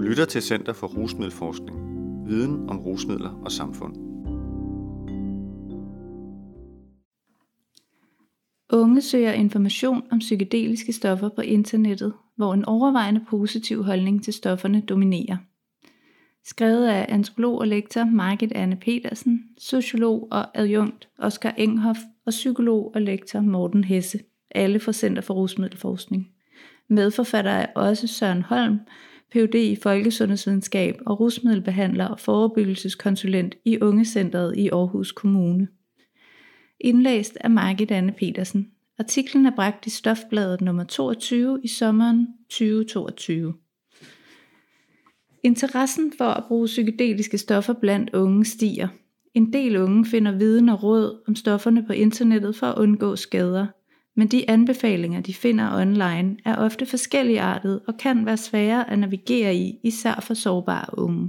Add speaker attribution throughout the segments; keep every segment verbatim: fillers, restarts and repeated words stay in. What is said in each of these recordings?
Speaker 1: lytter til Center for Rusmiddelforskning. Viden om rusmidler og samfund.
Speaker 2: Unge søger information om psykedeliske stoffer på internettet, hvor en overvejende positiv holdning til stofferne dominerer. Skrevet af antropolog og lektor Margit Anne Petersen, sociolog og adjunkt Oscar Enghoff og psykolog og lektor Morten Hesse, alle fra Center for Rusmiddelforskning. Medforfatter er også Søren Holm, P H D i folkesundhedsvidenskab og rusmiddelbehandler og forebyggelseskonsulent i Ungecentret i Aarhus Kommune. Indlæst af Margit Anne Petersen. Artiklen er bragt i Stofbladet nummer toogtyve i sommeren tyve toogtyve. Interessen for at bruge psykedeliske stoffer blandt unge stiger. En del unge finder viden og råd om stofferne på internettet for at undgå skader, men de anbefalinger, de finder online, er ofte forskelligartede og kan være svære at navigere i, især for sårbare unge.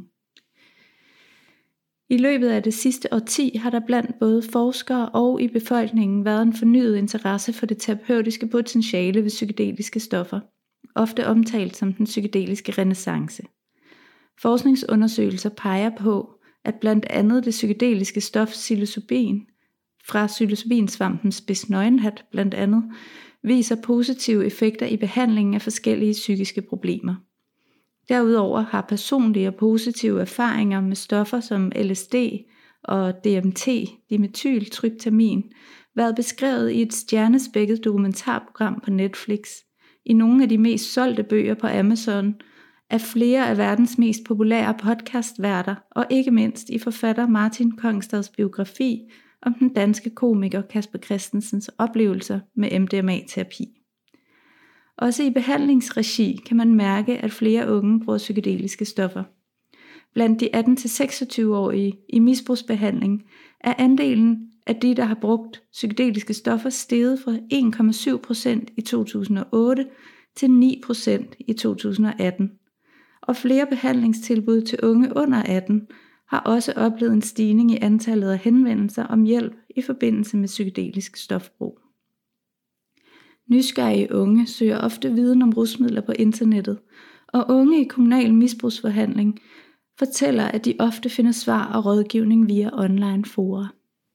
Speaker 2: I løbet af det sidste årti har der blandt både forskere og i befolkningen været en fornyet interesse for det terapeutiske potentiale ved psykedeliske stoffer, ofte omtalt som den psykedeliske renæssance. Forskningsundersøgelser peger på, at blandt andet det psykedeliske stof psilocybin, fra psilocybinsvampens spidsnøgenhat blandt andet, viser positive effekter i behandlingen af forskellige psykiske problemer. Derudover har personlige og positive erfaringer med stoffer som L S D og D M T, dimethyltryptamin, været beskrevet i et stjernespækket dokumentarprogram på Netflix, i nogle af de mest solgte bøger på Amazon, af flere af verdens mest populære podcastværter og ikke mindst i forfatter Martin Kongstads biografi om den danske komiker Casper Christensens oplevelser med M D M A-terapi. Også i behandlingsregi kan man mærke, at flere unge bruger psykedeliske stoffer. Blandt de atten til seksogtyve-årige i misbrugsbehandling er andelen af de, der har brugt psykedeliske stoffer, steget fra en komma syv procent i to tusind og otte til ni procent i to tusind og atten. Og flere behandlingstilbud til unge under atten har også oplevet en stigning i antallet af henvendelser om hjælp i forbindelse med psykedelisk stofbrug. Nysgerrige unge søger ofte viden om rusmidler på internettet, og unge i kommunal misbrugsforhandling fortæller, at de ofte finder svar og rådgivning via online fora.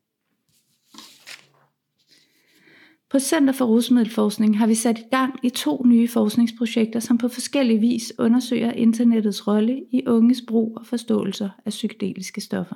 Speaker 2: På Center for Rusmiddelforskning har vi sat i gang i to nye forskningsprojekter, som på forskellig vis undersøger internettets rolle i unges brug og forståelser af psykedeliske stoffer.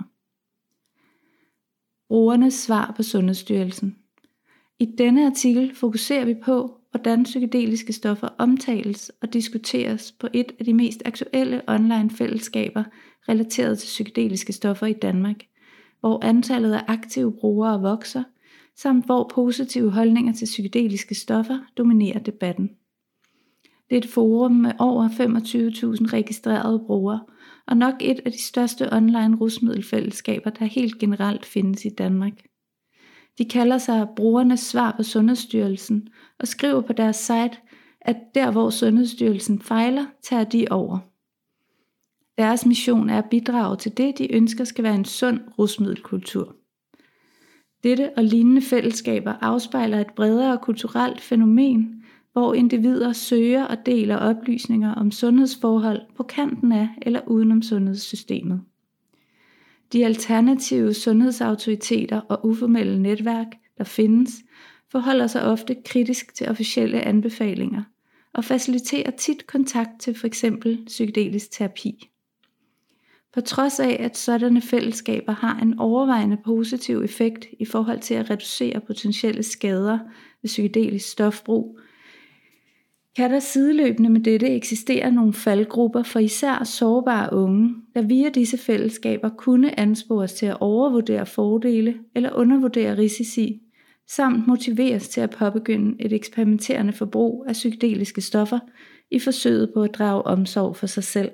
Speaker 2: Brugernes svar på Sundhedsstyrelsen. I denne artikel fokuserer vi på, hvordan psykedeliske stoffer omtales og diskuteres på et af de mest aktuelle online fællesskaber relateret til psykedeliske stoffer i Danmark, hvor antallet af aktive brugere vokser, samt hvor positive holdninger til psykedeliske stoffer dominerer debatten. Det er et forum med over femogtyve tusind registrerede brugere, og nok et af de største online rusmiddelfællesskaber, der helt generelt findes i Danmark. De kalder sig Brugernes Svar på Sundhedsstyrelsen og skriver på deres site, at der hvor Sundhedsstyrelsen fejler, tager de over. Deres mission er at bidrage til det, de ønsker skal være en sund rusmiddelkultur. Dette og lignende fællesskaber afspejler et bredere kulturelt fænomen, hvor individer søger og deler oplysninger om sundhedsforhold på kanten af eller udenom sundhedssystemet. De alternative sundhedsautoriteter og uformelle netværk, der findes, forholder sig ofte kritisk til officielle anbefalinger og faciliterer tit kontakt til f.eks. psykedelisk terapi. På trods af, at sådanne fællesskaber har en overvejende positiv effekt i forhold til at reducere potentielle skader ved psykedelisk stofbrug, kan der sideløbende med dette eksistere nogle faldgrupper for især sårbare unge, der via disse fællesskaber kunne anspores til at overvurdere fordele eller undervurdere risici, samt motiveres til at påbegynde et eksperimenterende forbrug af psykedeliske stoffer i forsøget på at drage omsorg for sig selv.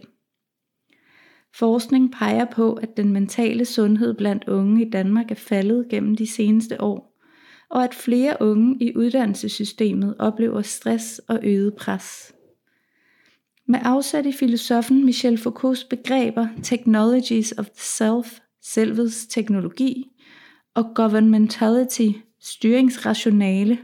Speaker 2: Forskning peger på, at den mentale sundhed blandt unge i Danmark er faldet gennem de seneste år, og at flere unge i uddannelsessystemet oplever stress og øget pres. Med afsæt i filosofen Michel Foucaults begreber Technologies of the Self, selvets teknologi, og Governmentality, styringsrationale,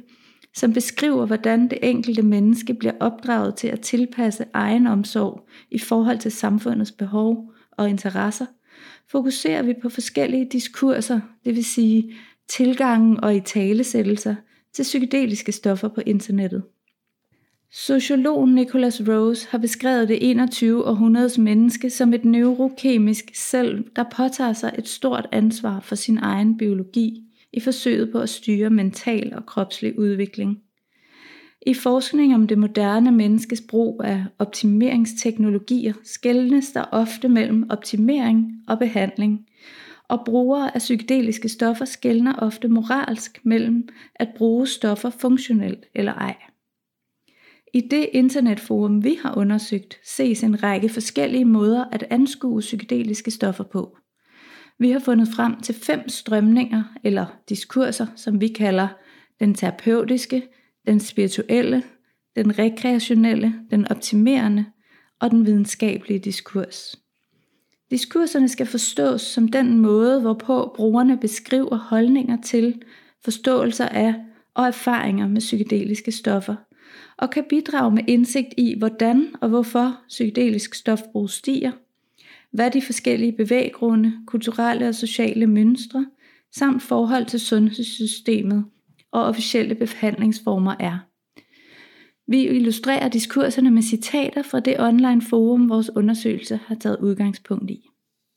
Speaker 2: som beskriver, hvordan det enkelte menneske bliver opdraget til at tilpasse egen omsorg i forhold til samfundets behov og interesser, fokuserer vi på forskellige diskurser, det vil sige tilgangen og italesættelser til psykedeliske stoffer på internettet. Sociologen Nicholas Rose har beskrevet det enogtyvende århundredes menneske som et neurokemisk selv, der påtager sig et stort ansvar for sin egen biologi i forsøget på at styre mental og kropslig udvikling. I forskning om det moderne menneskes brug af optimeringsteknologier skelnes der ofte mellem optimering og behandling, og brugere af psykedeliske stoffer skelner ofte moralsk mellem at bruge stoffer funktionelt eller ej. I det internetforum, vi har undersøgt, ses en række forskellige måder at anskue psykedeliske stoffer på. Vi har fundet frem til fem strømninger eller diskurser, som vi kalder den terapeutiske, den spirituelle, den rekreationelle, den optimerende og den videnskabelige diskurs. Diskurserne skal forstås som den måde, hvorpå brugerne beskriver holdninger til, forståelser af og erfaringer med psykedeliske stoffer, og kan bidrage med indsigt i, hvordan og hvorfor psykedelisk stofbrug stiger, hvad de forskellige bevæggrunde, kulturelle og sociale mønstre, samt forhold til sundhedssystemet og officielle behandlingsformer er. Vi illustrerer diskurserne med citater fra det online forum, vores undersøgelse har taget udgangspunkt i.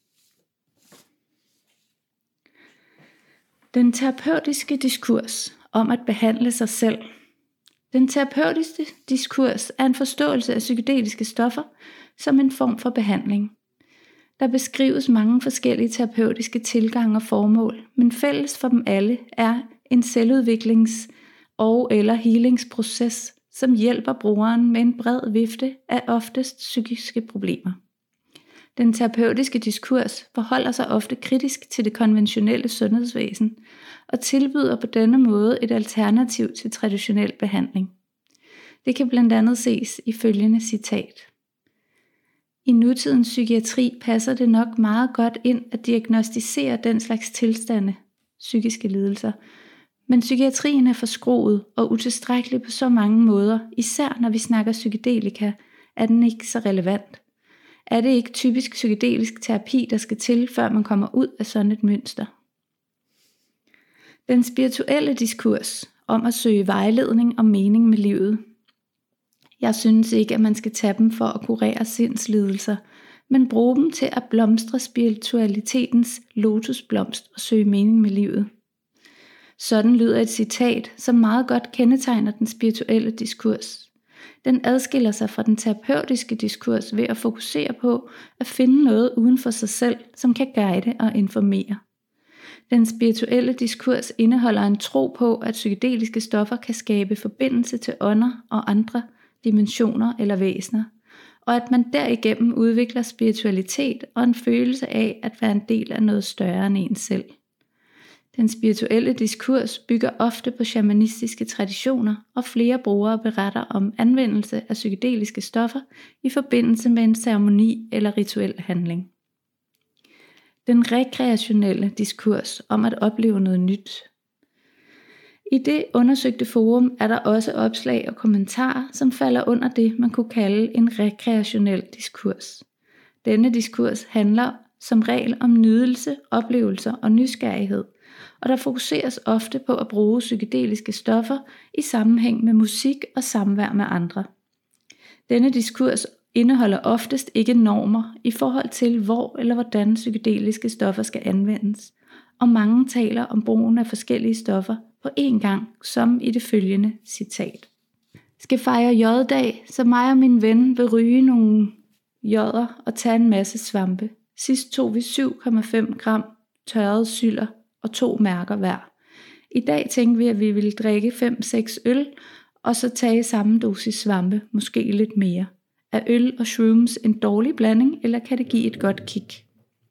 Speaker 2: Den terapeutiske diskurs om at behandle sig selv. Den terapeutiske diskurs er en forståelse af psykedeliske stoffer som en form for behandling. Der beskrives mange forskellige terapeutiske tilgange og formål, men fælles for dem alle er en selvudviklings- og eller healingsproces, som hjælper brugeren med en bred vifte af oftest psykiske problemer. Den terapeutiske diskurs forholder sig ofte kritisk til det konventionelle sundhedsvæsen og tilbyder på denne måde et alternativ til traditionel behandling. Det kan blandt andet ses i følgende citat. I nutidens psykiatri passer det nok meget godt ind at diagnostisere den slags tilstande, psykiske lidelser, men psykiatrien er forskruet og utilstrækkelig på så mange måder, især når vi snakker psykedelika, er den ikke så relevant. Er det ikke typisk psykedelisk terapi, der skal til, før man kommer ud af sådan et mønster? Den spirituelle diskurs om at søge vejledning og mening med livet. Jeg synes ikke, at man skal tage dem for at kurere sindslidelser, men bruge dem til at blomstre spiritualitetens lotusblomst og søge mening med livet. Sådan lyder et citat, som meget godt kendetegner den spirituelle diskurs. Den adskiller sig fra den terapeutiske diskurs ved at fokusere på at finde noget uden for sig selv, som kan guide og informere. Den spirituelle diskurs indeholder en tro på, at psykedeliske stoffer kan skabe forbindelse til ånder og andre dimensioner eller væsener, og at man derigennem udvikler spiritualitet og en følelse af at være en del af noget større end en selv. Den spirituelle diskurs bygger ofte på shamanistiske traditioner, og flere brugere beretter om anvendelse af psykedeliske stoffer i forbindelse med en ceremoni eller rituel handling. Den rekreationelle diskurs om at opleve noget nyt. I det undersøgte forum er der også opslag og kommentarer, som falder under det, man kunne kalde en rekreationel diskurs. Denne diskurs handler som regel om nydelse, oplevelser og nysgerrighed, og der fokuseres ofte på at bruge psykedeliske stoffer i sammenhæng med musik og samvær med andre. Denne diskurs indeholder oftest ikke normer i forhold til, hvor eller hvordan psykedeliske stoffer skal anvendes, og mange taler om brugen af forskellige stoffer på én gang, som i det følgende citat. Skal fejre J-dag, så mig og min ven vil ryge nogle jodder og tage en masse svampe. Sidst tog vi syv komma fem gram tørrede syller og to mærker hver. I dag tænker vi, at vi vil drikke fem seks øl, og så tage samme dosis svampe, måske lidt mere. Er øl og shrooms en dårlig blanding, eller kan det give et godt kick?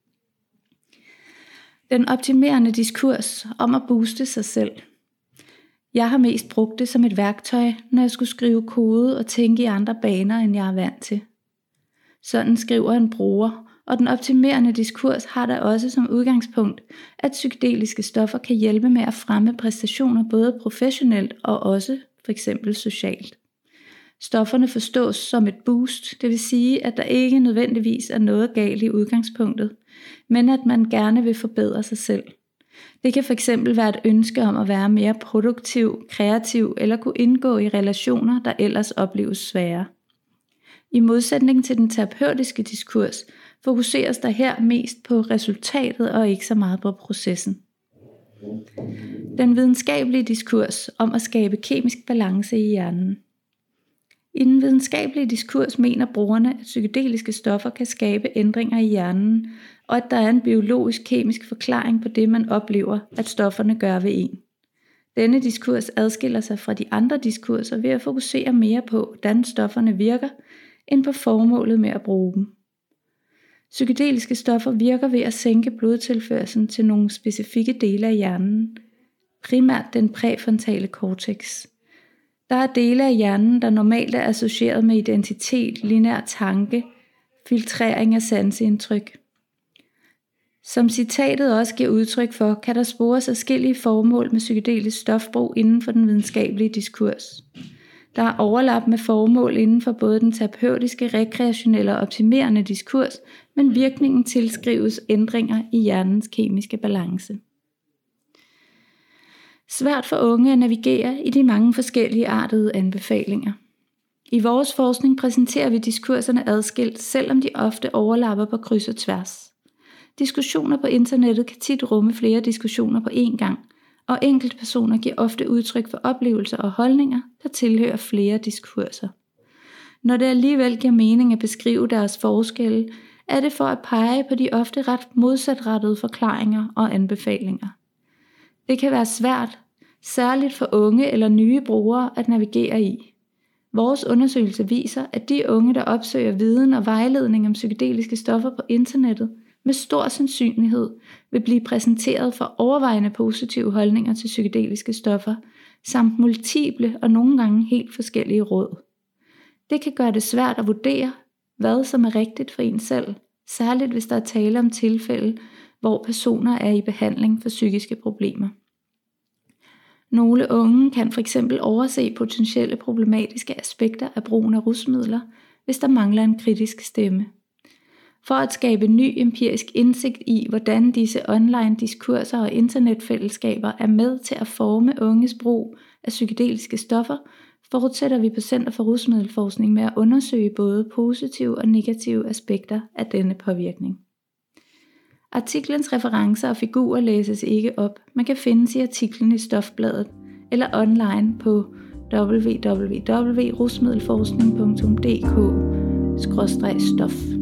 Speaker 2: Den optimerende diskurs om at booste sig selv. Jeg har mest brugt det som et værktøj, når jeg skulle skrive kode og tænke i andre baner, end jeg er vant til. Sådan skriver en bruger, og den optimerende diskurs har da også som udgangspunkt, at psykedeliske stoffer kan hjælpe med at fremme præstationer både professionelt og også f.eks. socialt. Stofferne forstås som et boost, det vil sige, at der ikke nødvendigvis er noget galt i udgangspunktet, men at man gerne vil forbedre sig selv. Det kan fx være et ønske om at være mere produktiv, kreativ eller kunne indgå i relationer, der ellers opleves svære. I modsætning til den terapeutiske diskurs, fokuseres der her mest på resultatet og ikke så meget på processen. Den videnskabelige diskurs om at skabe kemisk balance i hjernen. I den videnskabelige diskurs mener brugerne, at psykedeliske stoffer kan skabe ændringer i hjernen, og at der er en biologisk-kemisk forklaring på det, man oplever, at stofferne gør ved en. Denne diskurs adskiller sig fra de andre diskurser ved at fokusere mere på, hvordan stofferne virker, end på formålet med at bruge dem. Psykedeliske stoffer virker ved at sænke blodtilførslen til nogle specifikke dele af hjernen, primært den præfrontale cortex. Der er dele af hjernen, der normalt er associeret med identitet, lineær tanke, filtrering af sanseindtryk. Som citatet også giver udtryk for, kan der spores forskellige formål med psykedelisk stofbrug inden for den videnskabelige diskurs. Der er overlap med formål inden for både den terapeutiske, rekreationelle og optimerende diskurs, men virkningen tilskrives ændringer i hjernens kemiske balance. Svært for unge at navigere i de mange forskellige artede anbefalinger. I vores forskning præsenterer vi diskurserne adskilt, selvom de ofte overlapper på kryds og tværs. Diskussioner på internettet kan tit rumme flere diskussioner på én gang, og enkelte personer giver ofte udtryk for oplevelser og holdninger, der tilhører flere diskurser. Når det alligevel giver mening at beskrive deres forskelle, er det for at pege på de ofte ret modsatrettede forklaringer og anbefalinger. Det kan være svært, særligt for unge eller nye brugere at navigere i. Vores undersøgelse viser, at de unge, der opsøger viden og vejledning om psykedeliske stoffer på internettet, med stor sandsynlighed vil blive præsenteret for overvejende positive holdninger til psykedeliske stoffer, samt multiple og nogle gange helt forskellige råd. Det kan gøre det svært at vurdere, hvad som er rigtigt for en selv, særligt hvis der er tale om tilfælde, hvor personer er i behandling for psykiske problemer. Nogle unge kan fx overse potentielle problematiske aspekter af brugen af rusmidler, hvis der mangler en kritisk stemme. For at skabe ny empirisk indsigt i, hvordan disse online diskurser og internetfællesskaber er med til at forme unges brug af psykedeliske stoffer, fortsætter vi på Center for Rusmiddelforskning med at undersøge både positive og negative aspekter af denne påvirkning. Artiklens referencer og figurer læses ikke op, men kan findes i artiklen i Stofbladet eller online på w w w punktum rusmiddelforskning punktum d k skråstreg stof.